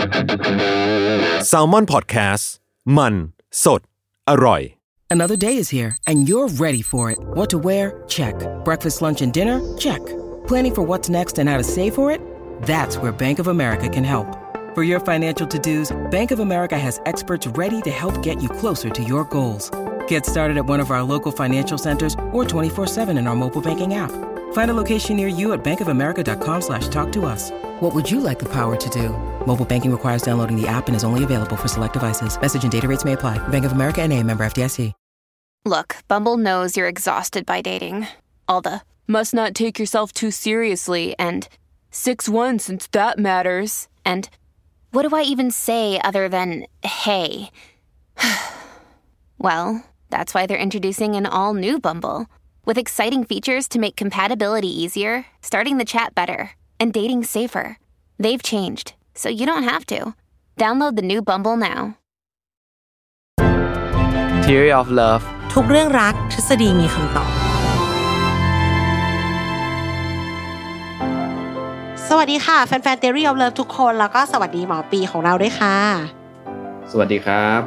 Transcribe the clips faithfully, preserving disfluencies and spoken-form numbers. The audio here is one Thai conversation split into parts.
Salmon Podcast มันสดอร่อย Another day is here and you're ready for it. What to wear? Check. Breakfast, lunch and dinner? Check. Planning for what's next and how to save for it? That's where Bank of America can help. For your financial to-dos, Bank of America has experts ready to help get you closer to your goals. Get started at one of our local financial centers or twenty-four seven in our mobile banking app. Find a location near you at bankofamerica.com slash talk to us. What would you like the power to do? Mobile banking requires downloading the app and is only available for select devices. Message and data rates may apply. Bank of America N A, member F D I C. Look, Bumble knows you're exhausted by dating. All the must not take yourself too seriously and six one since that matters. And what do I even say other than hey? Well, that's why they're introducing an all-new Bumble with exciting features to make compatibility easier, starting the chat better, and dating safer. They've changed, so you don't have to. Download the new Bumble now. Theory of Love ทุกเรื่องรักทฤษฎีมีคำตอบสวัสดีค่ะแฟนๆ Theory of Love ทุกคนแล้วก็สวัสดีหมอปีของเราด้วยค่ะสวัสดีครับ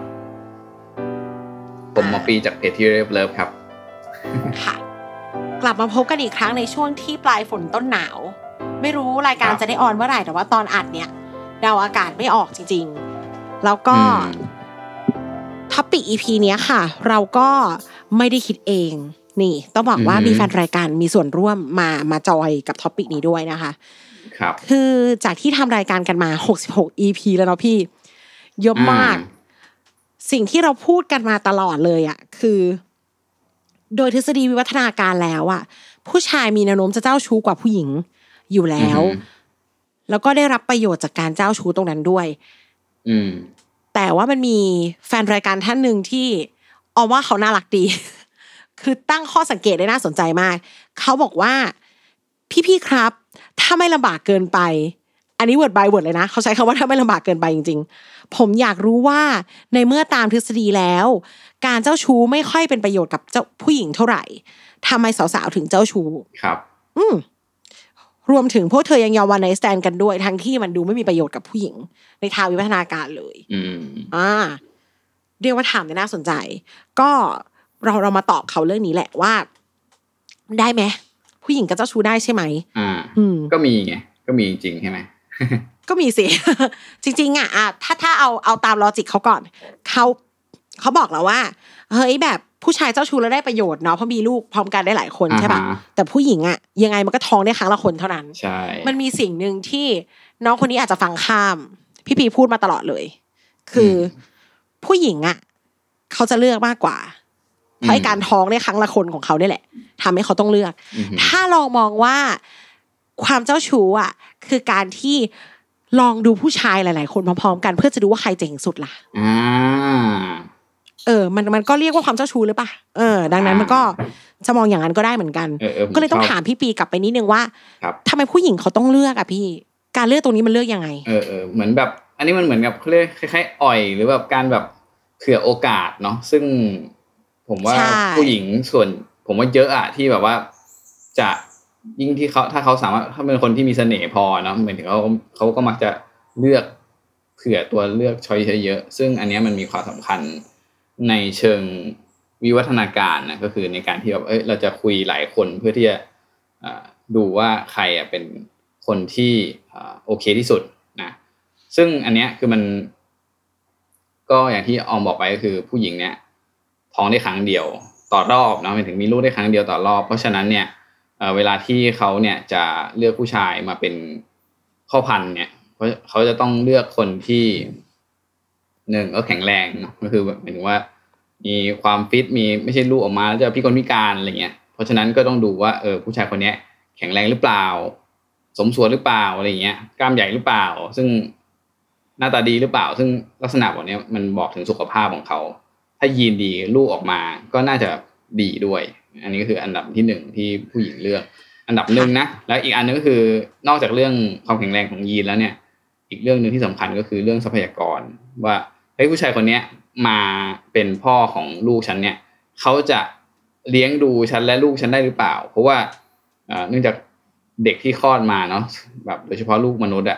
ผมหมอปีจากเพจ Theory of Love ครับค่ะกลับมาพบกันอีกครั้งในช่วงที่ปลายฝนต้นหนาวไม่รู้รายการจะได้ออนเมื่อไหร่แต่ว่าตอนอัดเนี่ยเดาอากาศไม่ออกจริงๆแล้วก็ท็อปิก อี พี เนี้ยค่ะเราก็ไม่ได้คิดเองนี่ต้องบอกว่ามีแฟนรายการมีส่วนร่วมมามาจอยกับท็อปิกนี้ด้วยนะคะครับคือจากที่ทำรายการกันมาหกสิบหก อี พี แล้วเนาะพี่เยอะมากสิ่งที่เราพูดกันมาตลอดเลยอ่ะคือโดยทฤษฎีวิวัฒนาการแล้วอ่ะผู้ชายมีแนวโน้มจะเจ้าชู้กว่าผู้หญิงอยู่แล้วแล้วก็ได้รับประโยชน์จากการเจ้าชู้ตรงนั้นด้วยอืมแต่ว่ามันมีแฟนรายการท่านหนึ่งที่เอาว่าเขาน่ารักดี คือตั้งข้อสังเกตได้น่าสนใจมากเขาบอกว่าพี่ๆครับถ้าไม่ลำบากเกินไปอันนี้ word by word เลยนะเขาใช้คำว่าถ้าไม่ลำบากเกินไปจริงๆผมอยากรู้ว่าในเมื่อตามทฤษฎีแล้วการเจ้าชู้ไม่ค่อยเป็นประโยชน์กับเจ้าผู้หญิงเท่าไหร่ทำไมสาวๆถึงเจ้าชู้ครับอืมรวมถึงพวกเธอยังยอมวันไนท์สแตนด์กันด้วยทั้งที่มันดูไม่มีประโยชน์กับผู้หญิงในทางวิวัฒนาการเลยอืมอ่าเรียกว่าถามได้น่าสนใจก็เราเรามาตอบเขาเรื่องนี้แหละว่าได้ไหมผู้หญิงกับเจ้าชู้ได้ใช่ไหมอ่าอืมก็มีไงก็มีจริงใช่ไหมก็มีสิ จริงๆอ่ะอ่ะถ้าถ้าเอาเอาตามลอจิกเขาก่อนเขาเขาบอกแล้วว่าเฮ้ยแบบผู้ชายเจ้าชู้แล้วได้ประโยชน์เนาะเพราะมีลูกพร้อมกันได้หลายคนใช่ป่ะแต่ผู้หญิงอ่ะยังไงมันก็ท้องได้ครั้งละคนเท่านั้นใช่มันมีสิ่งนึงที่น้องคนนี้อาจจะฟังข้ามพี่ปีพูดมาตลอดเลยคือผู้หญิงอ่ะเขาจะเลือกมากกว่าเพราะการท้องได้ครั้งละคนของเขาเนี่ยแหละทำให้เขาต้องเลือกถ้าลองมองว่าความเจ้าชู้อ่ะคือการที่ลองดูผู้ชายหลายๆคนพร้อมๆกันเพื่อจะดูว่าใครเจ๋งสุดล่ะอ่าเออมันมันก็เรียกว่าความเจ้าชู้หรือเปล่าเออดังนั้นมันก็จะมองอย่างนั้นก็ได้เหมือนกันก็เลยต้องถามพี่ปีกลับไปนิดนึงว่าทำไมผู้หญิงเขาต้องเลือกอ่ะพี่การเลือกตรงนี้มันเลือกยังไงเออเออเหมือนแบบอันนี้มันเหมือนกับเขาเรียกคล้ายๆอ่อยหรือแบบการแบบเผื่อโอกาสเนาะซึ่งผมว่าผู้หญิงส่วนผมว่าเยอะอะที่แบบว่าจะยิ่งที่เขาถ้าเขาสามารถถ้าเป็นคนที่มีเสน่ห์พอเนาะเหมือนถึงเขาเขาก็มักจะเลือกเผื่อตัวเลือกช้อยเยอะซึ่งอันนี้มันมีความสำคัญในเชิงวิวัฒนาการนะก็คือในการที่แบบเอ้ยเราจะคุยหลายคนเพื่อที่จะดูว่าใครอ่ะเป็นคนที่โอเคที่สุดนะซึ่งอันเนี้ยคือมันก็อย่างที่ออมบอกไปก็คือผู้หญิงเนี่ยท้องได้ครั้งเดียวต่อรอบนะหมายถึงมีลูกได้ครั้งเดียวต่อรอบเพราะฉะนั้นเนี่ยเวลาที่เขาเนี่ยจะเลือกผู้ชายมาเป็นพ่อพันธุ์เนี่ยเพราะเขาจะต้องเลือกคนที่หนึ่งก็แข็งแรงเนาะก็คือหมายถึงว่ามีความฟิตมีไม่ใช่ลูกออกมาแล้วจะพิกลพิการอะไรเงี้ยเพราะฉะนั้นก็ต้องดูว่าเออผู้ชายคนนี้แข็งแรงหรือเปล่าสมส่วนหรือเปล่าอะไรเงี้ยกล้ามใหญ่หรือเปล่าซึ่งหน้าตาดีหรือเปล่าซึ่งลักษณะแบบนี้มันบอกถึงสุขภาพของเขาถ้ายีนดีลูกออกมาก็น่าจะดีด้วยอันนี้ก็คืออันดับที่หนึ่งที่ผู้หญิงเลือกอันดับหนึ่งนะแล้วอีกอันนึงก็คือนอกจากเรื่องความแข็งแรงของยีนแล้วเนี่ยอีกเรื่องนึงที่สำคัญก็คือเรื่องทรัพยากรว่าเฮ้ยผู้ชายคนนี้มาเป็นพ่อของลูกฉันเนี่ยเขาจะเลี้ยงดูฉันและลูกฉันได้หรือเปล่าเพราะว่าเนื่องจากเด็กที่คลอดมาเนาะแบบโดยเฉพาะลูกมนุษย์อ่ะ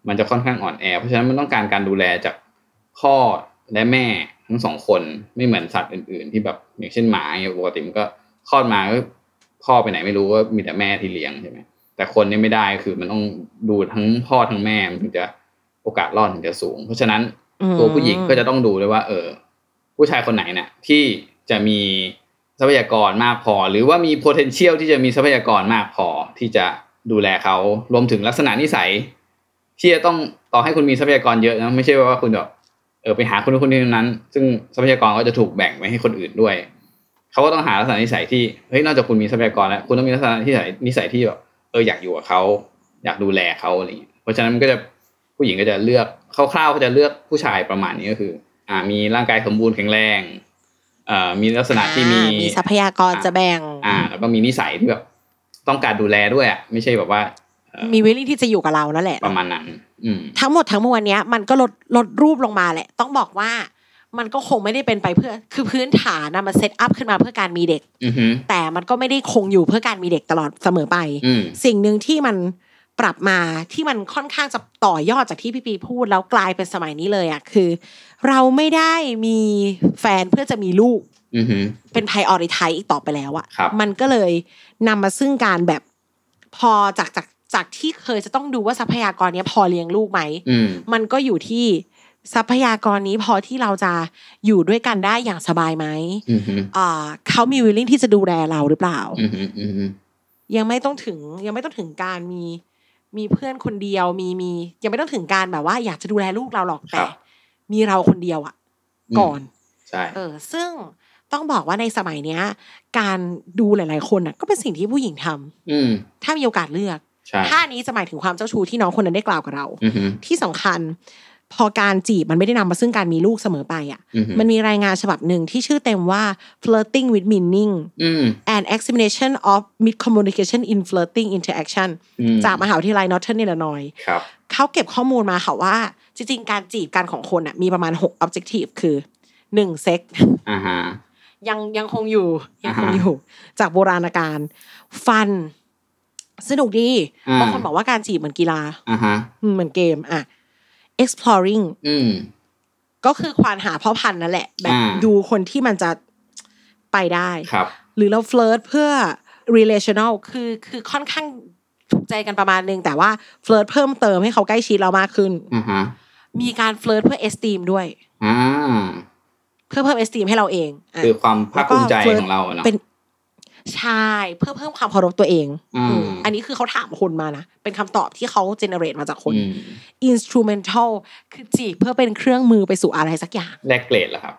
มันจะค่อนข้างอ่อนแอเพราะฉะนั้นมันต้องการการดูแลจากพ่อและแม่ทั้งสองคนไม่เหมือนสัตว์อื่นๆที่แบบอย่างเช่นหมาเนี่ยปกติมันก็คลอดมาก็พ่อไปไหนไม่รู้ว่ามีแต่แม่ที่เลี้ยงใช่ไหมแต่คนนี่ไม่ได้คือมันต้องดูทั้งพ่อทั้งแม่มันถึงจะโอกาสรอดถึงจะสูงเพราะฉะนั้นตัวผู้หญิงก็จะต้องดูด้วยว่าเออผู้ชายคนไหนเนี่ยที่จะมีทรัพยากรมากพอหรือว่ามี potential ที่จะมีทรัพยากรมากพอที่จะดูแลเขารวมถึงลักษณะนิสัยที่จะต้องต่อให้คุณมีทรัพยากรเยอะนะไม่ใช่ว่าคุณแบบเออไปหาคนนู้นคนนี้นั้นซึ่งทรัพยากรก็จะถูกแบ่งไว้ให้คนอื่นด้วยเขาก็ต้องหาลักษณะนิสัยที่เฮ้ยนอกจากคุณมีทรัพยากรแล้วคุณต้องมีลักษณะนิสัยนิสัยที่แบบเอออยากอยู่กับเขาอยากดูแลเขาอะไรอย่างเงี้ยเพราะฉะนั้นมันก็จะผู้หญิงก็จะเลือกคร่าวๆก็จะเลือกผู้ชายประมาณนี้ก็คืออ่ามีร่างกายสมบูรณ์แข็งแรงเอ่อมีลักษณะที่มีมีทรัพยากรจะแบ่งอ่าแล้วก็มีนิสัยที่แบบต้องการดูแลด้วยอ่ะไม่ใช่แบบว่ามีวิลลิ่งที่จะอยู่กับเรานั่นแหละประมาณนั้นอืมทั้งหมดทั้งมวลเนี้ยมันก็ลดลดรูปลงมาแหละต้องบอกว่ามันก็คงไม่ได้เป็นไปเพื่อคือพื้นฐานนะมันเซตอัพขึ้นมาเพื่อการมีเด็กแต่มันก็ไม่ได้คงอยู่เพื่อการมีเด็กตลอดเสมอไปสิ่งนึงที่มันปรับมาที่มันค่อนข้างจะต่อยอดจากที่พี่ปีพูดแล้วกลายเป็นสมัยนี้เลยอ่ะคือเราไม่ได้มีแฟนเพื่อจะมีลูกเป็น prioritize อีกต่อไปแล้วอ่ะมันก็เลยนำมาซึ่งการแบบพอจากจากจากที่เคยจะต้องดูว่าทรัพยากรนี้พอเลี้ยงลูกไหมมันก็อยู่ที่ทรัพยากรนี้พอที่เราจะอยู่ด้วยกันได้อย่างสบายไหมอ่าเขามีวิลลิ่งที่จะดูแลเราหรือเปล่ายังไม่ต้องถึงยังไม่ต้องถึงการมีมีเพื่อนคนเดียวมีมียังไม่ต้องถึงการแบบว่าอยากจะดูแลลูกเราหรอกแต่มีเราคนเดียวอ่ะก่อนใช่เออซึ่งต้องบอกว่าในสมัยเนี้ยการดูหลายๆคนอ่ะก็เป็นสิ่งที่ผู้หญิงทำถ้ามีโอกาสเลือกถ้านี้จะหมายถึงความเจ้าชู้ที่น้องคนนั้นได้กล่าวกับเราที่สำคัญพอการจีบมันไม่ได้นำมาซึ่งการมีลูกเสมอไปอ่ะมันมีรายงานฉบับหนึ่งที่ชื่อเต็มว่า flirting with meaning and examination of miscommunication in flirting interaction จากมหาวิทยาลัย Northern Illinois เขาเก็บข้อมูลมาค่ะว่าจริงๆการจีบกันของคนอ่ะมีประมาณหก objective คือหนึ่ง sex อ่าฮะยังยังคงอยู่ยังคงอยู่จากโบราณกาล fun สนุกดีบางคนบอกว่าการจีบเหมือนกีฬาเหมือนเกมอ่ะexploring อืมก็คือควานหาพ่อพันธุ์นั่นแหละแบบดูคนที่มันจะไปได้ครับหรือเราเฟลิร์ตเพื่อ relational คือคือค่อนข้างถูกใจกันประมาณนึงแต่ว่าเฟลิร์ตเพิ่มเติมให้เขาใกล้ชิดเรามากขึ้นอือฮะมีการเฟลิร์ตเพื่อ esteem ด้วยอ่าเพื่อเพิ่ม esteem ให้เราเองคือความภาคภูมิใจของเราเนาะเป็นใช่เพื่อเพิ่มความเคารพตัวเองอันนี้คือเขาถามคนมานะเป็นคำตอบที่เขาเจเนเรตมาจากคน instrumental คือจีบเพื่อเป็นเครื่องมือไปสู่อะไรสักอย่างแลกเกรดเหรอครับ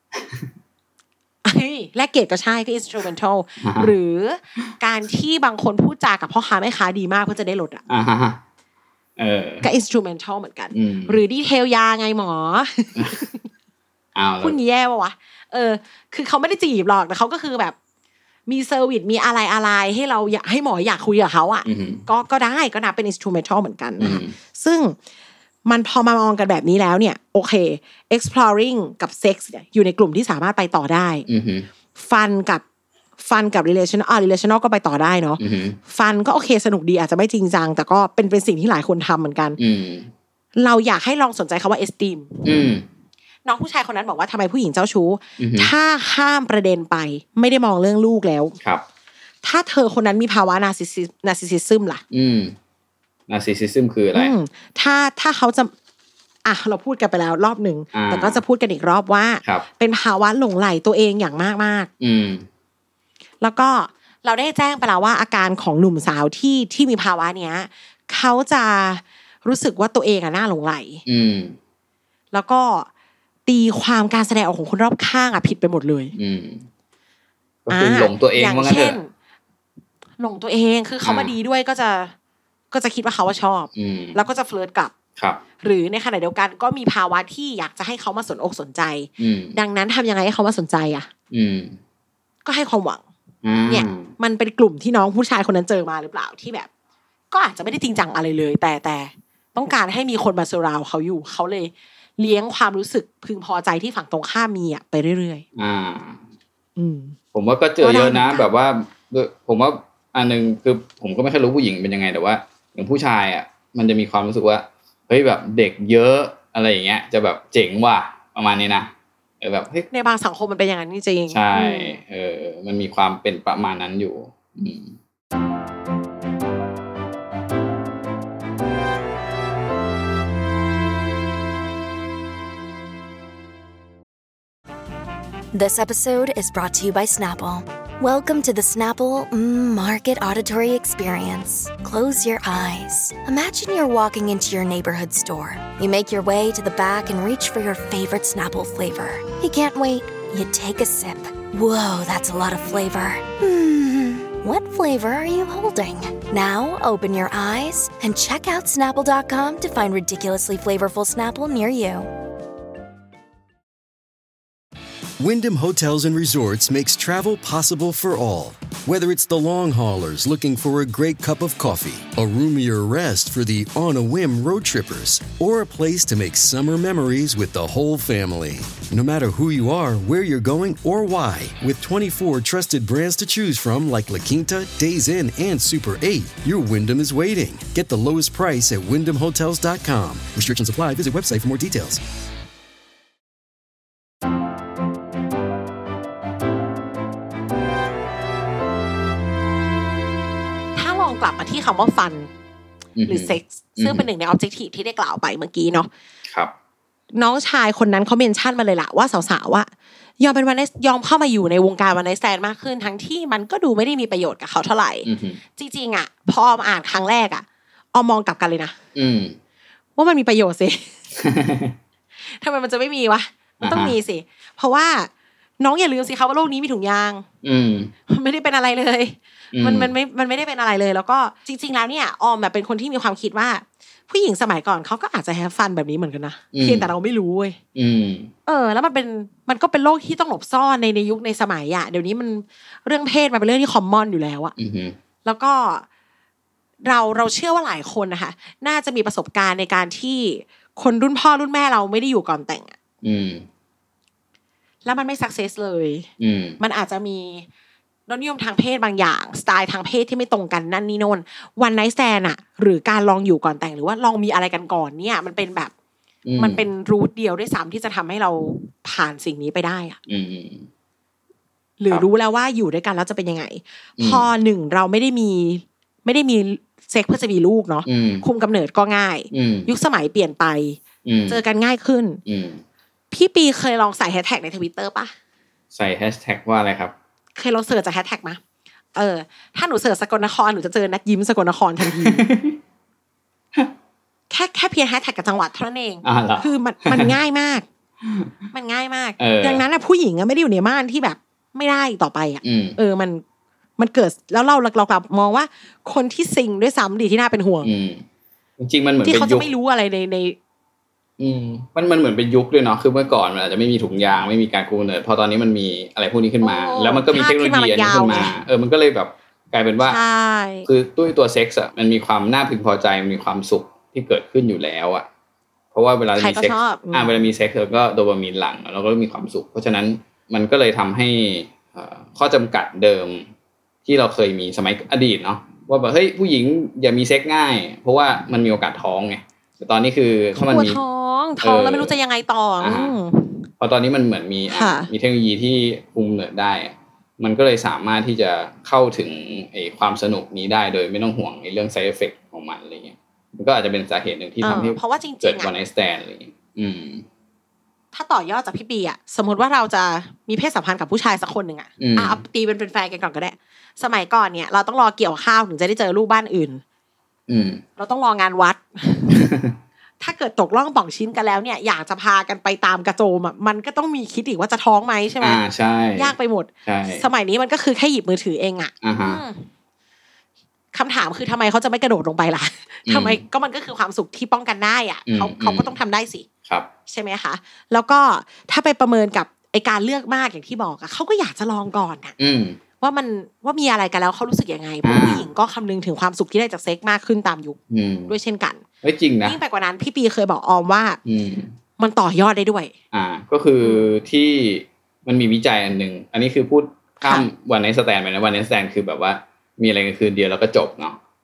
แลกเกรดก็ใช่ก็ instrumental หรือการที่บางคนพูดจากับพ่อค้าแม่ค้าดีมากเพื่อจะได้ลดอ่ะเออก็ instrumental เหมือนกันหรือดีเทลยาไงหมออ้าวพูดแย่ป่ะวะเออคือเขาไม่ได้จีบหรอกแต่เขาก็คือแบบมีเซอร์วิสมีอะไรอะไรให้เราอยากให้หมออยากคุยกับเขาอ่ะก็ก็ได้ก็นับเป็น instrumental เหมือนกันนะคะซึ่งมันพอมามองกันแบบนี้แล้วเนี่ยโอเค exploring กับ sex เนี่ยอยู่ในกลุ่มที่สามารถไปต่อได้ fun กับ fun กับ relational อ่า relational ก็ไปต่อได้เนาะ fun ก็โอเคสนุกดีอาจจะไม่จริงจังแต่ก็เป็นเป็นสิ่งที่หลายคนทำเหมือนกันเราอยากให้ลองสนใจคำว่า esteemน้องผู้ชายคนนั้นบอกว่าทำไมผู้หญิงเจ้าชู้ถ้าข้ามประเด็นไปไม่ได้มองเรื่องลูกแล้วครับถ้าเธอคนนั้นมีภาวะนาร์ซิสนาร์ซิสซิซึมล่ะอืมนาร์ซิสซิซึมคืออะไรถ้าถ้าเขาจะอ่ะเราพูดกันไปแล้วรอบนึงแต่ก็จะพูดกันอีกรอบว่าเป็นภาวะหลงใหลตัวเองอย่างมากๆอืมแล้วก็เราได้แจ้งไปแล้วว่าอาการของหนุ่มสาวที่ที่มีภาวะเนี้ยเขาจะรู้สึกว่าตัวเองอ่ะน่าหลงใหลอืมแล้วก็ตีความการแสดงออกของคนรอบข้างอ่ะผิดไปหมดเลยอืมก็คือหลงตัวเองว่างั้นเถอะหลงตัวเองคือเขามาดีด้วยก็จะก็จะคิดว่าเขาว่าชอบแล้วก็จะเฟลิร์ตกลับครับหรือในขณะเดียวกันก็มีภาวะที่อยากจะให้เขามาสนอกสนใจดังนั้นทำยังไงให้เขามาสนใจอ่ะก็ให้ความหวังเนี่ยมันเป็นกลุ่มที่น้องผู้ชายคนนั้นเจอมาหรือเปล่าที่แบบก็อาจจะไม่ได้จริงจังอะไรเลยแต่แต่ต้องการให้มีคนมาsurroundเราเขาอยู่เขาเลยเลี้ยงความรู้สึกพึงพอใจที่ฝั่งตรงข้ามมีอ่ะไปเรื่อยๆอ่าอืมผมว่าก็เจอเยอะนะแบบว่าผมว่าอันนึงคือผมก็ไม่ค่อยรู้ผู้หญิงเป็นยังไงแต่ว่าอย่างผู้ชายอ่ะมันจะมีความรู้สึกว่าเฮ้ยแบบเด็กเยอะอะไรอย่างเงี้ยจะแบบเจ๋งว่ะประมาณนี้นะเออแบบเฮ้ยในบางสังคมมันเป็นอย่างนั้นจริงๆใช่เออมันมีความเป็นประมาณนั้นอยู่อืม This episode is brought to you by Snapple. Welcome to the Snapple mm, Market Auditory Experience. Close your eyes. Imagine you're walking into your neighborhood store. You make your way to the back and reach for your favorite Snapple flavor. You can't wait. You take a sip. Whoa, that's a lot of flavor. Hmm, what flavor are you holding? Now open your eyes and check out Snapple dot com to find ridiculously flavorful Snapple near you.Wyndham Hotels and Resorts makes travel possible for all. Whether it's the long haulers looking for a great cup of coffee, a roomier rest for the on-a-whim road trippers, or a place to make summer memories with the whole family. No matter who you are, where you're going, or why, with twenty-four trusted brands to choose from like La Quinta, Days Inn, and Super eight, your Wyndham is waiting. Get the lowest price at wyndham hotels dot com. Restrictions apply. Visit website for more details. กลับมาที่คำว่าฟันหรือเซ็กซ์ซึ่งเป็นหนึ่งใน objective ที่ได้กล่าวไปเมื่อกี้เนาะครับน้องชายคนนั้นเขาเมนชั่นมาเลยล่ะว่าสาวๆว่ายอมเป็นวันไนท์ยอมเข้ามาอยู่ในวงการวันไนท์สแตนด์มากขึ้นทั้งที่มันก็ดูไม่ได้มีประโยชน์กับเขาเท่าไหร่จริงๆอ่ะพอมาอ่านครั้งแรกอ่ะออมมองกลับกันเลยนะว่ามันมีประโยชน์สิ ทำไมมันจะไม่มีวะมันต้องมีสิเพราะว่าน้องอย่าลืมสิคะว่าโลกนี้มีถุงยางมันไม่ได้เป็นอะไรเลยมันมันไม่มันไม่ได้เป็นอะไรเลยแล้วก็จริงๆแล้วเนี่ยออมแบบเป็นคนที่มีความคิดว่าผู้หญิงสมัยก่อนเขาก็อาจจะแฮปฟันแบบนี้เหมือนกันนะเพียงแต่เราไม่รู้เว้ยเออแล้วมันเป็นมันก็เป็นโลกที่ต้องหลบซ่อนในในยุคในสมัยอ่ะเดี๋ยวนี้มันเรื่องเพศมันเป็นเรื่องที่คอมมอนอยู่แล้วอ่ะแล้วก็เราเราเชื่อว่าหลายคนนะคะน่าจะมีประสบการณ์ในการที่คนรุ่นพ่อรุ่นแม่เราไม่ได้อยู่ก่อนแต่งอ่ะแล้วมันไม่สักเซสเลยมันอาจจะมีรสนิยมทางเพศบางอย่างสไตล์ทางเพศที่ไม่ตรงกันนั่นนี่โน่นวันไนท์สแตนด์อะหรือการลองอยู่ก่อนแต่งหรือว่าลองมีอะไรกันก่อนเนี่ยมันเป็นแบบมันเป็นรูทเดียวด้วยซ้ำที่จะทำให้เราผ่านสิ่งนี้ไปได้อะหรือรู้แล้วว่าอยู่ด้วยกันแล้วจะเป็นยังไงพอหนึ่งเราไม่ได้มีไม่ได้มีเซ็กเพื่อจะมีลูกเนาะคุมกำเนิดก็ง่ายยุคสมัยเปลี่ยนไปเจอกันง่ายขึ้นพี่ปีเคยลองใส่แฮชแท็กใน Twitter ป่ะใส่แฮชแท็กว่าอะไรครับเคยลองเสิร์ชจากแฮชแท็กมั้ยเออถ้าหนูเสิร์ชสกลนครหนูจะเจอนักยิ้มสกลนครทันที แค่แค่เพียงแฮชแท็กกับจังหวัดเท่านั้นเองคือมันมันง่ายมากมันง่ายมากดังนั้นน่ะผู้หญิงอ่ะไม่ได้อยู่ในม่านที่แบบไม่ได้ต่อไปอ่ะเออมันมันเกิดแล้วเราเรากลับมองว่าคนที่ซิงด้วยซ้ำดีที่น่าเป็นห่วงจริงๆมันเหมือนที่เขาจะไม่รู้อะไรในในอืมมันมันเหมือนเป็นยุคด้วยเนาะคือเมื่อก่อนมันอาจจะไม่มีถุงยางไม่มีการคุมกำเนิดพอตอนนี้มันมีอะไรพวกนี้ขึ้นมาแล้วมันก็มีเทคโนโลยีอันนี้ขึ้นมาเออมันก็เลยแบบกลายเป็นว่าคือด้วยตัวเซ็กส์อ่ะมันมีความน่าพึงพอใจมันมีความสุขที่เกิดขึ้นอยู่แล้วอ่ะเพราะว่าเวลามีเซ็กส์อ่าเวลามีเซ็กส์ก็โดปามีนหลั่งแล้วก็มีความสุขเพราะฉะนั้นมันก็เลยทำให้ข้อจำกัดเดิมที่เราเคยมีสมัยอดีตเนาะว่าแบบเฮ้ยผู้หญิงอย่ามีเซ็กส์ง่ายเพราะว่ามันมีโอกาสท้องไงแต่ตอนนี้คือถ้ามันมีท้องท้องแล้วไม่รู้จะยังไงต่อพอตอนนี้มันเหมือนมีมีเทคโนโลยีที่คุมกำเนิดได้มันก็เลยสามารถที่จะเข้าถึงไอ้ความสนุกนี้ได้โดยไม่ต้องห่วงในเรื่อง side effect ของมันอะไรเงี้ยมันก็อาจจะเป็นสาเหตุหนึ่งที่ทำให้เพราะว่าจริงๆเกิด one night stand อะไรเงี้ยอืมถ้าต่อยอดจากพี่ปีอ่ะสมมติว่าเราจะมีเพศสัมพันธ์กับผู้ชายสักคนหนึ่งอ่ะอ่ะตีเป็นเป็นแฟนกันก่อนก็ได้สมัยก่อนเนี่ยเราต้องรอเกี่ยวข้าวถึงจะได้เจอลูกบ้านอื่นอืมเราต้องรองานวัด ถ้าเกิดตกล่องป่องชิ้นกันแล้วเนี่ยอยากจะพากันไปตามกระโจมอ่ะมันก็ต้องมีคิดอีกว่าจะท้องไหมใช่ไหมอ่าใช่ยากไปหมดสมัยนี้มันก็คือแค่หยิบมือถือเองอ่ะคำถามคือทำไมเขาจะไม่กระโดดลงไปล่ะทำไมก็มันก็คือความสุขที่ป้องกันได้อ่ะเขาเขาก็ต้องทำได้สิใช่ไหมคะแล้วก็ถ้าไปประเมินกับไอการเลือกมากอย่างที่บอกอ่ะเขาก็อยากจะลองก่อนอ่ะว่ามันว่ามีอะไรกันแล้วเขารู้สึกยังไงเพราะผู้หญิงก็คำนึงถึงความสุขที่ได้จากเซ็กมากขึ้นตามยุคด้วยเช่นกันเฮ้ยจริงนะยิ่งไปกว่านั้นพี่ปีเคยบอกออมว่ามันต่อยอดได้ด้วยอ่าก็คือที่มันมีวิจัยอันนึงอันนี้คือพูดข้ามวันไนท์สแตนด์ไปนะวันไนท์สแตนด์คือแบบว่ามีอะไรกันคืนเดียวแล้วก็จบเนาะ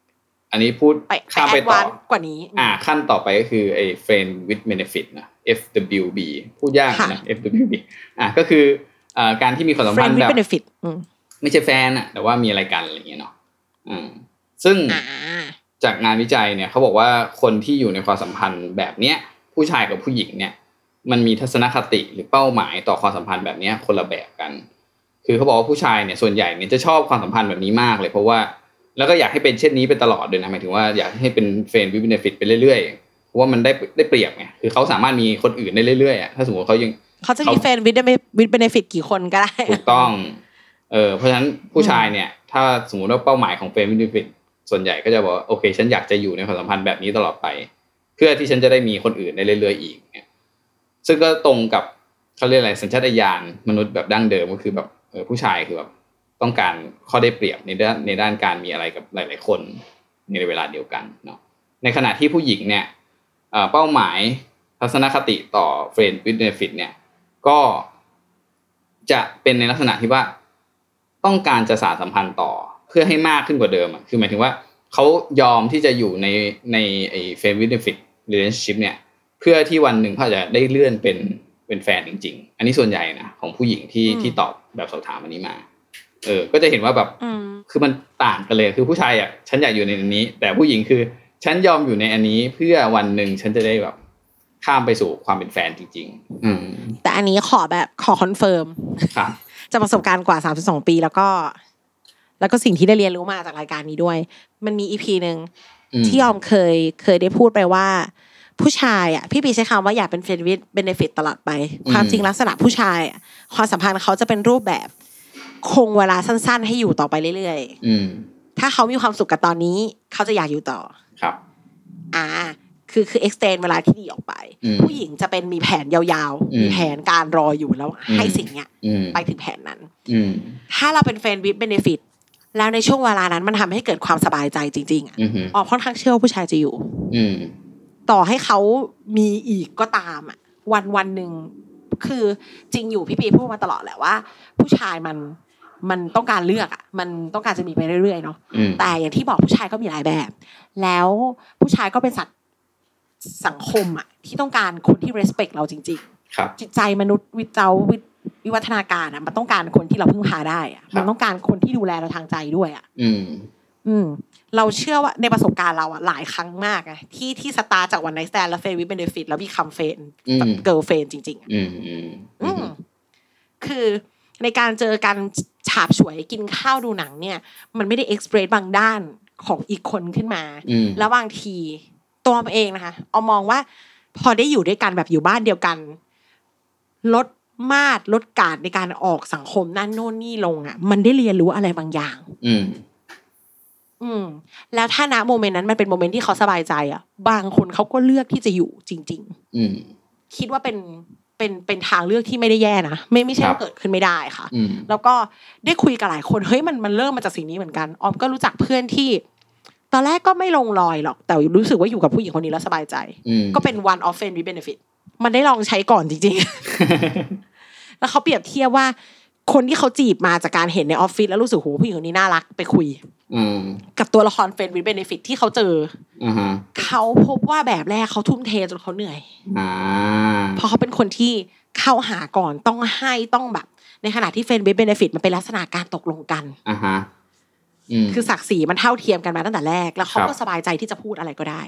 อันนี้พูดข้ามไปต่อกว่านี้อ่าขั้นต่อไปก็คือไอ้ friend with benefit นะ เอฟ ดับเบิลยู บี พูดยากนะ เอฟ ดับเบิลยู บี อ่ะก็คืออ่าการที่มีความสัมพันธ์แบบไม่ใช่แฟนอ่ะแต่ว่ามีอะไรกันอะไรอย่างเงี้ยเนาะอืมซึ่งจากงานวิจัยเนี่ยเขาบอกว่าคนที่อยู่ในความสัมพันธ์แบบเนี้ยผู้ชายกับผู้หญิงเนี่ยมันมีทัศนคติหรือเป้าหมายต่อความสัมพันธ์แบบนี้คนละแบบกันคือเขาบอกว่าผู้ชายเนี่ยส่วนใหญ่เนี่ยจะชอบความสัมพันธ์แบบนี้มากเลยเพราะว่าแล้วก็อยากให้เป็นเช่นนี้ไปตลอดเลยนะหมายถึงว่าอยากให้เป็นเฟรนด์วิดเบเนฟิตไปเรื่อยๆเพราะว่ามันได้ได้เปรียบไงคือเขาสามารถมีคนอื่นได้เรื่อยๆอ่ะถ้าสมมติเขายังเขาจะมีเฟรนด์วิดวิดเบเนฟิตกี่คนก็ได้ถูกต้องเออเพราะฉะนั้นผู้ชายเนี่ยถ้าสมมติว่าเป้าหมายของเฟรนด์วิดเบเนฟิตส่วนใหญ่ก็จะบอกโอเคฉันอยากจะอยู่ในความสัมพันธ์แบบนี้ตลอดไปเพื่อที่ฉันจะได้มีคนอื่นได้เรื่อยๆอีกเนี่ยซึ่งก็ตรงกับเขาเรียกอะไรสัญชาตญาณมนุษย์แบบดั้งเดิมก็คือแบบเออผู้ชายคือแบบต้องการข้อได้เปรียบในด้านในด้านการมีอะไรกับหลายๆคนในเวลาเดียวกันเนาะในขณะที่ผู้หญิงเนี่ยเอ่อเป้าหมายทัศนคติต่อ friend with benefit เนี่ยก็จะเป็นในลักษณะที่ว่าต้องการจะสานสัมพันธ์ต่อเพื่อให้มากขึ้นกว่าเดิมอ่ะคือหมายถึงว่าเขายอมที่จะอยู่ในในไอ้ friend with benefit relationship เนี่ยเพื่อที่วันหนึ่งเขาจะได้เลื่อนเป็นเป็นแฟนจริงๆอันนี้ส่วนใหญ่นะของผู้หญิงที่ที่ตอบแบบสอบถามอันนี้มาเออก็จะเห็นว่าแบบคือมันต่างกันเลยคือผู้ชายอ่ะฉันอยากอยู่ในอันนี้แต่ผู้หญิงคือฉันยอมอยู่ในอันนี้เพื่อวันหนึ่งฉันจะได้แบบข้ามไปสู่ความเป็นแฟนจริงๆอืมแต่อันนี้ขอแบบขอคอนเฟิร์มครับจากประสบการณ์กว่าสามสิบสองปีแล้วก็แล้วก็สิ่งที่ได้เรียนรู้มาจากรายการนี้ด้วยมันมี อี พี นึงที่ยอมเคยเคยได้พูดไปว่าผู้ชายอ่ะพี่ปีใช้คำว่าอยากเป็นเฟรนด์วิดเบเนฟิตตลอดไปความจริงลักษณะผู้ชายอ่ะความสัมพันธ์เขาจะเป็นรูปแบบคงเวลาสั้นๆให้อยู่ต่อไปเรื่อยๆถ้าเขามีความสุขกับตอนนี้เขาจะอยากอยู่ต่อครับอ่าคือคือ extend เวลาที่ดีออกไปผู้หญิงจะเป็นมีแผนยาวๆมีแผนการรออยู่แล้วให้สิ่งเนี้ยไปถึงแผนนั้นถ้าเราเป็นเฟรนด์วิดเบเนฟิตแล้วในช่วงเวลานั้นมันทำให้เกิดความสบายใจจริงๆอ่ะอ๋อค่อนข้างเชื่อว่าผู้ชายจะอยู่ต่อให้เขามีอีกก็ตามอ่ะวันวันหนึ่งคือจริงอยู่พี่ปีพูดมาตลอดแหละว่าผู้ชายมันมันต้องการเลือกอ่ะมันต้องการจะมีไปเรื่อยๆเนาะแต่อย่างที่บอกผู้ชายก็มีหลายแบบแล้วผู้ชายก็เป็นสัตว์สังคมอ่ะที่ต้องการคนที่ respect เราจริงๆจิตใจมนุษย์วิจารวิวัฒนาการอ่ะมันต้องการคนที่เราพึ่งพาได้อ่ะมันต้องการคนที่ดูแลเราทางใจด้วยอ่ะอืมอืมเราเชื่อว่าในประสบการณ์เราอ่ะหลายครั้งมากไงที่ที่สตาร์จากวันไนท์สแตนด์แล้วเฟรนด์วิดเบเนฟิตแล้วมีคัมเฟนเกิร์ลเฟรนด์จริงๆอืมอืมอืมคือในการเจอกันฉาบฉวยกินข้าวดูหนังเนี่ยมันไม่ได้เอ็กซ์เพรสบางด้านของอีกคนขึ้นมาแล้วบางทีตัวเองนะคะเอามองว่าพอได้อยู่ด้วยกันแบบอยู่บ้านเดียวกันลดมาตรลดการในการออกสังคมนั่นโน่นนี่ลงอ่ะมันได้เรียนรู้อะไรบางอย่างอืมอืมแล้วถ้าณโมเมนต์นั้นมันเป็นโมเมนต์ที่เขาสบายใจอ่ะบางคนเขาก็เลือกที่จะอยู่จริงๆอืมคิดว่าเป็นเป็นเป็นทางเลือกที่ไม่ได้แย่นะไม่ไม่ใช่เกิดขึ้นไม่ได้ค่ะแล้วก็ได้คุยกับหลายคนเฮ้ยมันมันเริ่มมาจากสิ่งนี้เหมือนกันออมก็รู้จักเพื่อนที่ตอนแรกก็ไม่ลงรอยหรอกแต่รู้สึกว่าอยู่กับผู้หญิงคนนี้แล้วสบายใจก็เป็น one of friend with benefit มันได้ลองใช้ก่อนจริงๆแล้วเขาเปรียบเทียบว่าคนที่เขาจีบมาจากการเห็นในออฟฟิศแล้วรู้สึกโหผู้หญิงคนนี้น่ารักไปคุยกับตัวละคร friend with benefit ที่เขาเจอเขาพบว่าแบบแรกเขาทุ่มเทจนเขาเหนื่อยเพราะเขาเป็นคนที่เข้าหาก่อนต้องให้ต้องแบบในขณะที่ friend with benefit มันเป็นลักษณะการตกลงกันคือศักดิ์ศรีมันเท่าเทียมกันมาตั้งแต่แรกแล้วเขาก็สบายใจที่จะพูดอะไรก็ได้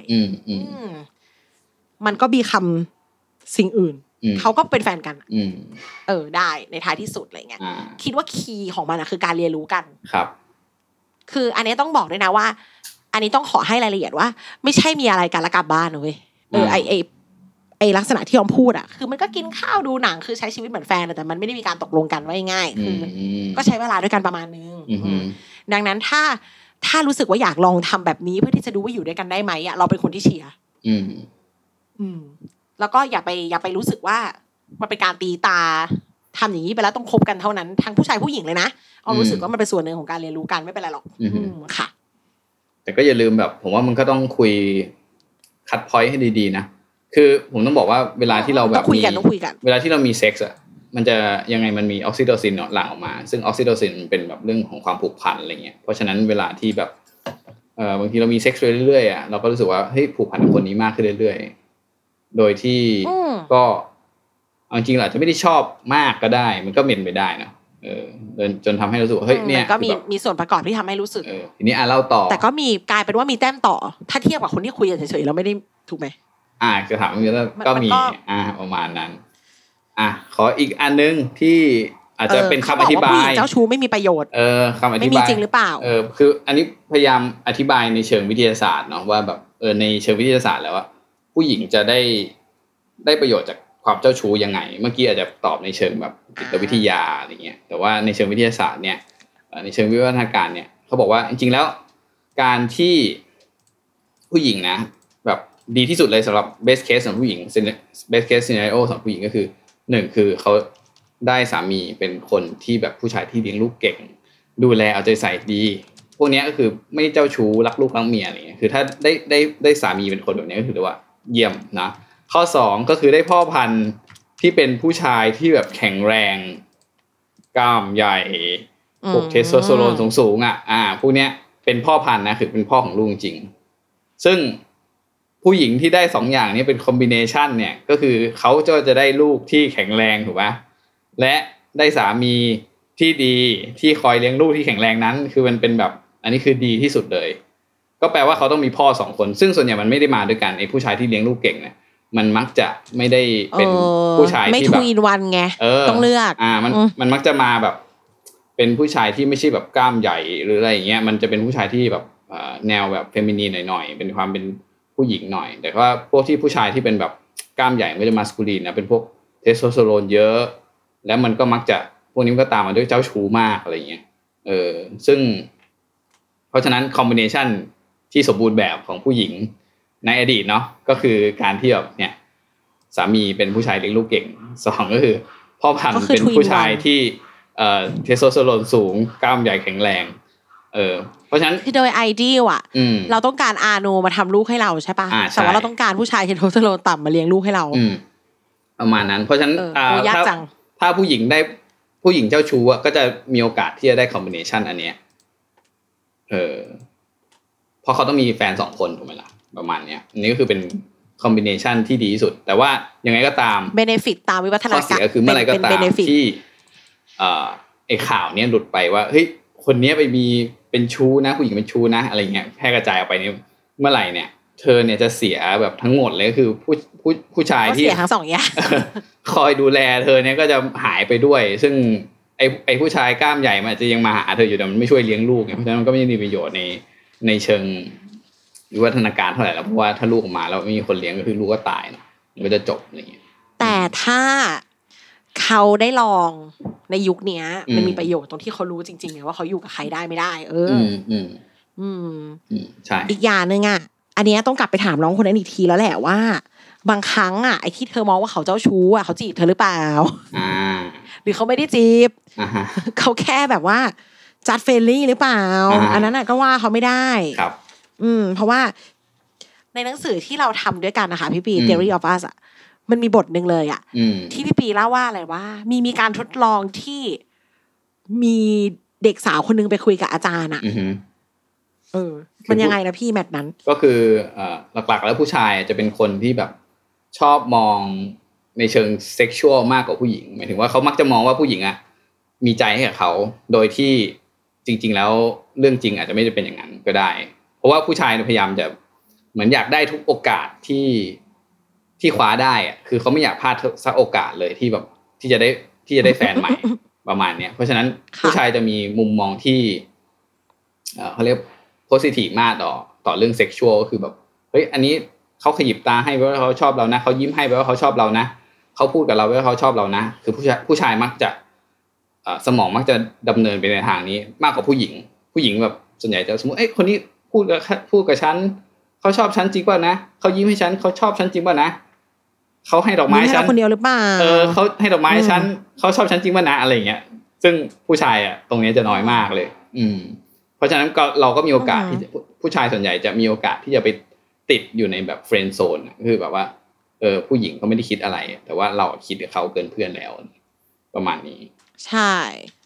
มันก็มีคำสิ่งอื่นเขาก็เป็นแฟนกันเออได้ในท้ายที่สุดอะไรเงี้ยคิดว่าคีย์ของมันอะคือการเรียนรู้กันครับคืออันนี้ต้องบอกด้วยนะว่าอันนี้ต้องขอให้รายละเอียดว่าไม่ใช่มีอะไรกันแล้วกลับบ้านเว้ยเออไอไอไอลักษณะที่ยอมพูดอะคือมันก็กินข้าวดูหนังคือใช้ชีวิตเหมือนแฟนแต่มันไม่ได้มีการตกลงกันไว้ง่ายคือก็ใช้เวลาด้วยกันประมาณนึงดังนั้นถ้าถ้ารู้สึกว่าอยากลองทำแบบนี้เพื่อที่จะดูว่าอยู่ด้วยกันได้ไหมอะเราเป็นคนที่เชียร์อืมอืมแล้วก็อย่าไปอย่าไปรู้สึกว่ามันเป็นการตีตาทำอย่างนี้ไปแล้วต้องคบกันเท่านั้นทั้งผู้ชายผู้หญิงเลยนะเอารู้สึกว่ามันเป็นส่วนหนึ่งของการเรียนรู้กันไม่เป็นไรหรอกอืมค่ะแต่ก็อย่าลืมแบบผมว่ามันก็ต้องคุยคัทพอยต์ให้ดีๆนะคือผมต้องบอกว่าเวลาที่เราแบบคุยกันต้องคุยกันเวลาที่เรามีเซ็กส์อะมันจะยังไงมันมีออกซิโทซินหลั่งออกมาซึ่งออกซิโทซินมันเป็นแบบเรื่องของความผูกพันอะไรเงี้ยเพราะฉะนั้นเวลาที่แบบเออ่อบางทีเรามีเซ็กซ์เรื่อยๆอ่ะเราก็รู้สึกว่าเฮ้ยผูกพันกับคนนี้มากขึ้นเรื่อยๆโดยที่ก็เอาจริงๆอาจจะไม่ได้ชอบมากก็ได้มันก็เป็นไปได้นะเออจนทำให้รู้สึกว่าเฮ้ยเนี่ยก็มีมีส่วนประกอบที่ทำให้รู้สึกเออทีนี้อ่ะเล่าต่อแต่ก็มีกลายเป็นว่ามีแต้มต่อถ้าเทียบกับคนที่คุยกันเฉยๆเราไม่ได้ถูกไหมอ่าจะถามว่าก็มีอ่าประมาณนั้นอ่ะขออีกอันนึงที่อาจจะเป็นคำอธิบายเจ้าชู้ไม่มีประโยชน์เออคำอธิบายไม่มีจริงหรือเปล่าเออคืออันนี้พยายามอธิบายในเชิงวิทยาศาสตร์เนาะว่าแบบเออในเชิงวิทยาศาสตร์แล้วว่าผู้หญิงจะได้ได้ประโยชน์จากความเจ้าชู้ยังไงเมื่อกี้อาจจะตอบในเชิงแบบจิตวิทยาอะไรเงี้ยแต่ว่าในเชิงวิทยาศาสตร์เนี่ยในเชิงวิวัฒนาการเนี่ยเขาบอกว่าจริงๆแล้วการที่ผู้หญิงนะแบบดีที่สุดเลยสำหรับ best case ของผู้หญิง best case scenario ของผู้หญิงก็คือหนึ่งคือเขาได้สามีเป็นคนที่แบบผู้ชายที่เลี้ยงลูกเก่งดูแลเอาใจใส่ดีพวกนี้ก็คือไม่เจ้าชู้รักลูกรักเมียอะไรเงี้ยคือถ้าได้ได้ได้สามีเป็นคนแบบนี้ก็ถือว่าเยี่ยมนะข้อสองก็คือได้พ่อพันธุ์ที่เป็นผู้ชายที่แบบแข็งแรงกล้ามใหญ่พวกเทสโทสเตอโรนสูงๆอ่ะอ่าพวกเนี้ยเป็นพ่อพันธุ์นะคือเป็นพ่อของลูกจริงซึ่งผู้หญิงที่ได้สองอย่างนี้เป็นคอมบิเนชันเนี่ยก็คือเขาจะจะได้ลูกที่แข็งแรงถูกป่ะและได้สามีที่ดีที่คอยเลี้ยงลูกที่แข็งแรงนั้นคือมันเป็นแบบอันนี้คือดีที่สุดเลยก็แปลว่าเขาต้องมีพ่อสองคนซึ่งส่วนใหญ่มันไม่ได้มาด้วยกันไอ้ผู้ชายที่เลี้ยงลูกเก่งเนี่ยมันมักจะไม่ได้เป็นผู้ชายที่แบบไม่ทูอินวันไงต้องเลือกอ่ามันมันมักจะมาแบบเป็นผู้ชายที่ไม่ใช่แบบกล้ามใหญ่หรืออะไรอย่างเงี้ยมันจะเป็นผู้ชายที่แบบแนวแบบเฟมินีนหน่อยๆเป็นความเป็นผู้หญิงหน่อยแต่ว่าพวกที่ผู้ชายที่เป็นแบบกล้ามใหญ่ก็จะมาสคูลีนนะเป็นพวกเทสโทสเตอโรนเยอะแล้วมันก็มักจะพวกนี้ก็ตามมาด้วยเจ้าชู้มากอะไรอย่างเงี้ยเออซึ่งเพราะฉะนั้นคอมบิเนชันที่สมบูรณ์แบบของผู้หญิงในอดีตเนาะก็คือการที่แบบเนี่ยสามีเป็นผู้ชายเลี้ยงลูกเก่งสองก็คือพ่อพันธุ์เป็นผู้ชายที่เอ่อเทสโทสเตอโรนสูงกล้ามใหญ่แข็งแรงเออเพราะฉะนั้นคือโดยไอเดียอ่ะเราต้องการอาโนมาทำลูกให้เราใช่ป่ะแต่ว่าเราต้องการผู้ชายเทสโทสเตอโรนต่ำมาเลี้ยงลูกให้เราประมาณนั้นเพราะฉะนั้นถ้าถ้าผู้หญิงได้ผู้หญิงเจ้าชู้ก็จะมีโอกาสที่จะได้คอมบิเนชันอันเนี้ยเออเพราะเขาต้องมีแฟนสองคนถูกไหมล่ะประมาณเนี้ยอันนี้ก็คือเป็นคอมบิเนชันที่ดีที่สุดแต่ว่ายังไงก็ตามเบเนฟิตตามวิวัฒนาการข้อเสียก็คือเมื่อไหร่ก็ตามที่เอ่อไอ้ข่าวเนี้ยหลุดไปว่าเฮ้ยคนนี้ไปมีเป็นชู้นะผู้หญิงเป็นชู้นะอะไรเงี้ยแพร่กระจายออกไปเนี่ยเมื่อไหร่เนี่ยเธอเนี่ยจะเสียแบบทั้งหมดเลยก็คือผู้ผู้ผู้ชายที่เสียทั้งสองอย่างคอยดูแลเธอเนี่ยก็จะหายไปด้วยซึ่งไอ้ไอ้ผู้ชายกล้ามใหญ่มันอาจจะยังมาหาเธออยู่แต่มันไม่ช่วยเลี้ยงลูกเพราะฉะนั้นมันก็ไม่ได้มีประโยชน์ในในเชิงวิวัฒนาการเท่าไหร่แล้วเพราะว่าถ้าลูกออกมาแล้วไม่มีคนเลี้ยงก็คือลูกก็ตายนะมันก็จะจบอะไรอย่างเงี้ยแต่ถ้าเขาได้ลองในยุคนี้มันมีประโยชน์ตรงที่เขารู้จริงๆว่าเขาอยู่กับใครได้ไม่ได้เอออืมอืมอืมใช่อีกอย่างนึงอ่ะอันนี้ต้องกลับไปถามน้องคนนั้นอีกทีแล้วแหละว่าบางครั้งอ่ะไอ้ที่เธอมองว่าเขาเจ้าชู้อ่ะเขาจีบเธอหรือเปล่าอ่าหรือเขาไม่ได้จีบอ่าฮะเขาแค่แบบว่าจัดเฟรนลี่หรือเปล่าอันนั้นน่ะก็ว่าเขาไม่ได้ครับอืมเพราะว่าในหนังสือที่เราทำด้วยกันนะคะพี่ปี Theory of Us อ่ะมันมีบทนึงเลยอ่ะที่พี่ปีเล่าว่าอะไรว่ามีมีการทดลองที่มีเด็กสาวคนนึงไปคุยกับอาจารย์อ่ะเออมันยังไงนะพี่แมทนั้นก็คือเอ่อหลักๆแล้วผู้ชายจะเป็นคนที่แบบชอบมองในเชิงเซ็กชวลมากกว่าผู้หญิงหมายถึงว่าเขามักจะมองว่าผู้หญิงอ่ะมีใจให้กับเขาโดยที่จริงๆแล้วเรื่องจริงอาจจะไม่ได้เป็นอย่างนั้นก็ได้เพราะว่าผู้ชายพยายามจะเหมือนอยากได้ทุกโอกาสที่ที่คว้าได้อ่ะคือเขาไม่อยากพลาดสักโอกาสเลยที่แบบที่จะได้ที่จะได้แฟนใหม่ ประมาณเนี้ยเพราะฉะนั้นผู้ชายจะมีมุมมองที่เอ่อเขาเรียกpositive มากต่อต่อเรื่อง sexual ก็คือแบบเฮ้ยอันนี้เขาขยิบตาให้แปลว่าเขาชอบเรานะเขายิ้มให้แปลว่าเขาชอบเรานะเขาพูดกับเราแปลว่าเขาชอบเรานะคือผู้ชายผู้ชายมักจะเอ่อสมองมักจะดำเนินไปในทางนี้มากกว่าผู้หญิงผู้หญิงแบบส่วนใหญ่จะสมมุติเอ้ยคนนี้พูดกับพูดกับฉันเขาชอบฉันจริงป่ะนะเขายิ้มให้ฉันเขาชอบฉันจริงป่ะนะเขาให้ดอกไม้ฉันคนเดียวหรือเปล่าเออเขาให้ดอกไม้ฉันเขาชอบฉันจริงป่ะนะอะไรอย่างเงี้ยซึ่งผู้ชายอ่ะตรงนี้จะน้อยมากเลยอืมเพราะฉะนั้นก็เราก็มีโอกาสที่ผู้ชายส่วนใหญ่จะมีโอกาสที่จะไปติดอยู่ในแบบเฟรนด์โซนคือแบบว่าเออผู้หญิงเขาไม่ได้คิดอะไรแต่ว่าเราคิดกับเขาเกินเพื่อนแล้วประมาณนี้ใช่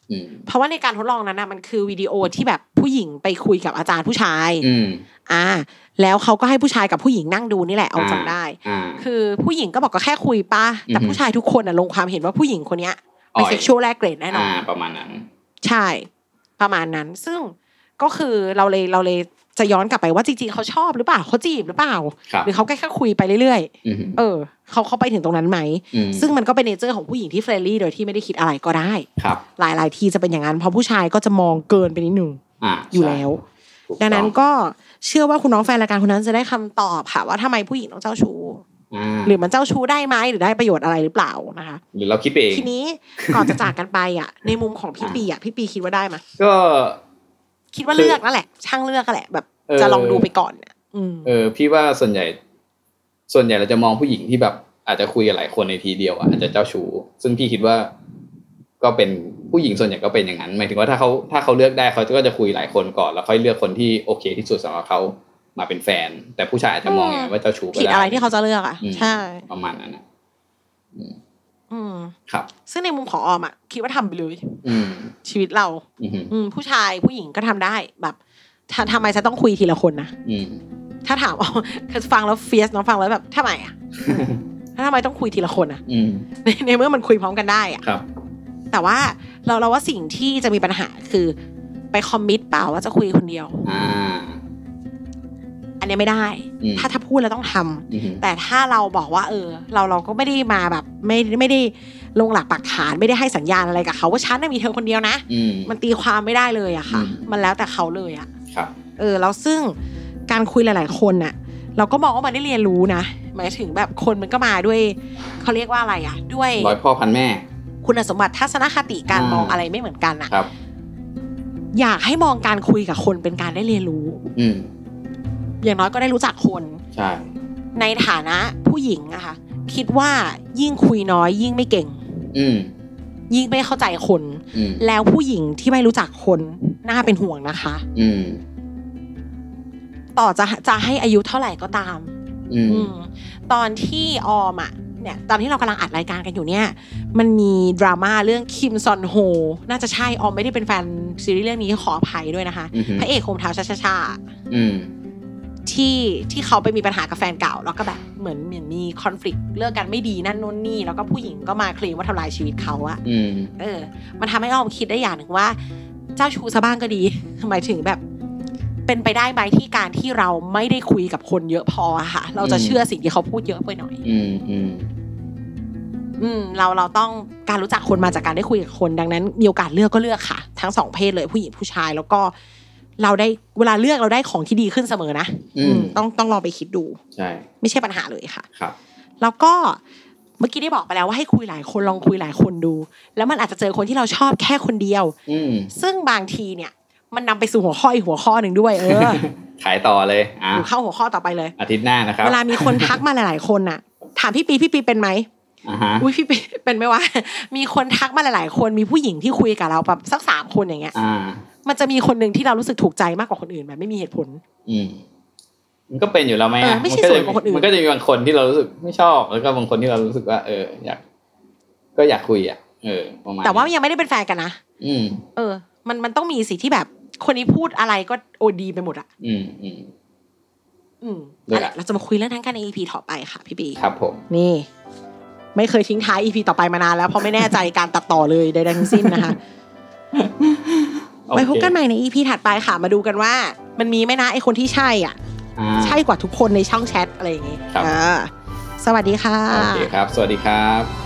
เพราะว่าในการทดลองนั้นนะมันคือวิดีโอที่แบบผู้หญิงไปคุยกับอาจารย์ผู้ชายอ่าแล้วเขาก็ให้ผู้ชายกับผู้หญิงนั่งดูนี่แหละเอาจำได้คือผู้หญิงก็บอกก็แค่คุยป่ะแต่ผู้ชายทุกคนน่ะลงความเห็นว่าผู้หญิงคนเนี้ยเป็นเซ็กชวลแลกเกรดแน่นอนประมาณนั้นใช่ประมาณนั้นซึ่งก็คือเราเลยเราเลยจะย้อนกลับไปว่าจริงๆเขาชอบหรือเปล่าเขาจีบหรือเปล่าหรือเขาแค่แค่คุยไปเรื่อยๆเออเขาเขาไปถึงตรงนั้นไหมซึ่งมันก็เป็นเนเจอร์ของผู้หญิงที่เฟรนลี่โดยที่ไม่ได้คิดอะไรก็ได้หลายๆทีจะเป็นอย่างนั้นเพราะผู้ชายก็จะมองเกินไปนิดนึงอยู่แล้วดังนั้นก็เชื่อว่าคุณน้องแฟนรายการคนนั้นจะได้คำตอบค่ะว่าทำไมผู้หญิงต้องเจ้าชู้หรือมันเจ้าชู้ได้ไหมหรือได้ประโยชน์อะไรหรือเปล่านะคะหรือเราคิดไปเองทีนี้ก่อนจะจากกันไปอ่ะในมุมของพี่ปีอ่ะพี่ปีคิดว่าได้ไหมก็คิดว่าเลือกนั่นแหละช่างเลือกก็แหละแบบจะลองดูไปก่อนเนี่ยเออพี่ว่าส่วนใหญ่ส่วนใหญ่เราจะมองผู้หญิงที่แบบอาจจะคุยกับหลายคนในทีเดียวอ่ะอาจจะเจ้าชู้ซึ่งพี่คิดว่าก็เป็นผู้หญิงส่วนใหญ่ก็เป็นอย่างนั้นหมายถึงว่าถ้าเขาถ้าเขาเลือกได้เขาก็จะคุยหลายคนก่อนแล้วค่อยเลือกคนที่โอเคที่สุดสำหรับเขามาเป็นแฟนแต่ผู้ชายอาจจะมองอย่างนั้นว่าเจ้าชู้ก็ได้ผิดอะไรที่เขาจะเลือกอ่ะใช่ประมาณนั้นนะอืมครับซึ่งในมุมของออมอ่ะคิดว่าทำไปเลยอืมชีวิตเราอืมผู้ชายผู้หญิงก็ทำได้แบบถ้าทำไมจะต้องคุยทีละคนนะถ้าถามอ๋อคือฟังแล้วเฟียสน้องฟังแล้วแบบทำไมอ่ะถ้าทำไมต้องคุยทีละคนอ่ะในในเมื่อมันคุยพร้อมกันได้อ่ะแต่ว่าเราเราว่าสิ่งที่จะมีปัญหาคือไปคอมมิตเปล่าว่าจะคุยคนเดียวอันนี้ไม่ได้ถ้าถ้าพูดแล้วต้องทำแต่ถ้าเราบอกว่าเออเราเราก็ไม่ได้มาแบบไม่ไม่ได้ลงหลักปักฐานไม่ได้ให้สัญญาณอะไรกับเขาว่าฉันน่ะมีเธอคนเดียวนะมันตีความไม่ได้เลยอะค่ะมันแล้วแต่เขาเลยอะเออแล้วซึ่งการคุยหลายๆคนน่ะเราก็มองว่ามันได้เรียนรู้นะหมายถึงแบบคนมันก็มาด้วยเขาเรียกว่าอะไรอะด้วยร้อยพ่อพันแม่คุณสมบัติทัศนคติการมองอะไรไม่เหมือนกันอะอยากให้มองการคุยกับคนเป็นการได้เรียนรู้อย่างน้อยก็ได้รู้จักคนใช่ในฐานะผู้หญิงอะค่ะคิดว่ายิ่งคุยน้อยยิ่งไม่เก่งยิ่งไม่เข้าใจคนแล้วผู้หญิงที่ไม่รู้จักคนน่าเป็นห่วงนะคะต่อจะจะให้อายุเท่าไหร่ก็ตามตอนที่ออมอะเนี่ยตอนที่เรากำลังอัดรายการกันอยู่เนี่ยมันมีดราม่าเรื่องคิมซอนโฮน่าจะใช่ออมไม่ได้เป็นแฟนซีรีส์เรื่องนี้ขออภัยด้วยนะคะพระเอกโคมเท้าช้าๆที่ที่เขาไปมีปัญหากับแฟนเก่าแล้วก็แบบเหมือนเหมือนมีคอนฟลิกต์เลิกกันไม่ดีนั่นนู่นนี่แล้วก็ผู้หญิงก็มาเคลมว่าทำลายชีวิตเขาอะเออมันทำให้ออมคิดได้อย่างหนึ่งว่าเจ้าชู้ซะบ้างก็ดีหมายถึงแบบเป็นไปได้ไหมที่การที่เราไม่ได้คุยกับคนเยอะพอค่ะเราจะเชื่อสิ่งที่เขาพูดเยอะไปหน่อยอืมอืมอืมเราเราต้องการรู้จักคนมาจากการได้คุยกับคนดังนั้นมีโอกาสเลือกก็เลือกค่ะทั้งสองเพศเลยผู้หญิงผู้ชายแล้วก็เราได้เวลาเลือกเราได้ของที่ดีขึ้นเสมอนะอืมต้องต้องลองไปคิดดูใช่ไม่ใช่ปัญหาเลยค่ะครับแล้วก็เมื่อกี้ได้บอกไปแล้วว่าให้คุยหลายคนลองคุยหลายคนดูแล้วมันอาจจะเจอคนที่เราชอบแค่คนเดียวอืมซึ่งบางทีเนี่ยมันนำไปสู่หัวข้ออีกหัวข้อหนึ่งด้วยเออขายต่อเลยอ่ะเข้าหัวข้อต่อไปเลยอาทิตย์หน้านะครับเวลามีคนทักมาหลายๆคนน่ะถามพี่ปีพี่ปีเป็นไหมอ่าฮะอุ้ยพี่ปีเป็นไหมวะมีคนทักมาหลายๆคนมีผู้หญิงที่คุยกับเราแบบสักสามคนอย่างเงี้ยอ่ามันจะมีคนนึงที่เรารู้สึกถูกใจมากกว่าคนอื่นแบบไม่มีเหตุผลอืมมันก็เป็นอยู่แล้วไหมอ่ะไม่ใช่ส่วนของคนอื่นมันก็จะมีบางคนที่เรารู้สึกไม่ชอบแล้วก็บางคนที่เรารู้สึกว่าเอออยากก็อยากคุยอ่ะเออประมาณแต่ว่ายังไม่ได้เป็นแฟนกันนะอืมเออมันมันต้องมีสิที่แบบคนนี้พูดอะไรก็โอดีไปหมดอ่ะอืมอืมอืมเราจะมาคุยเรื่องนั้นกันใน อี พี ต่อไปค่ะพี่ปีครับผมนี่ไม่เคยทิ้งท้าย อี พี ต่อไปมานานแล้วเพราะไม่แน่ใจการตัดต่อเลยใดๆทั้งสิ้นนะคะ ไว้พบกันใหม่ใน อี พี ถัดไปค่ะมาดูกันว่ามันมีไหมนะไอคนที่ใช่อ่ะใช่กว่าทุกคนในช่องแชทอะไรอย่างงี้อ่าสวัสดีค่ะโอเคครับสวัสดีครับ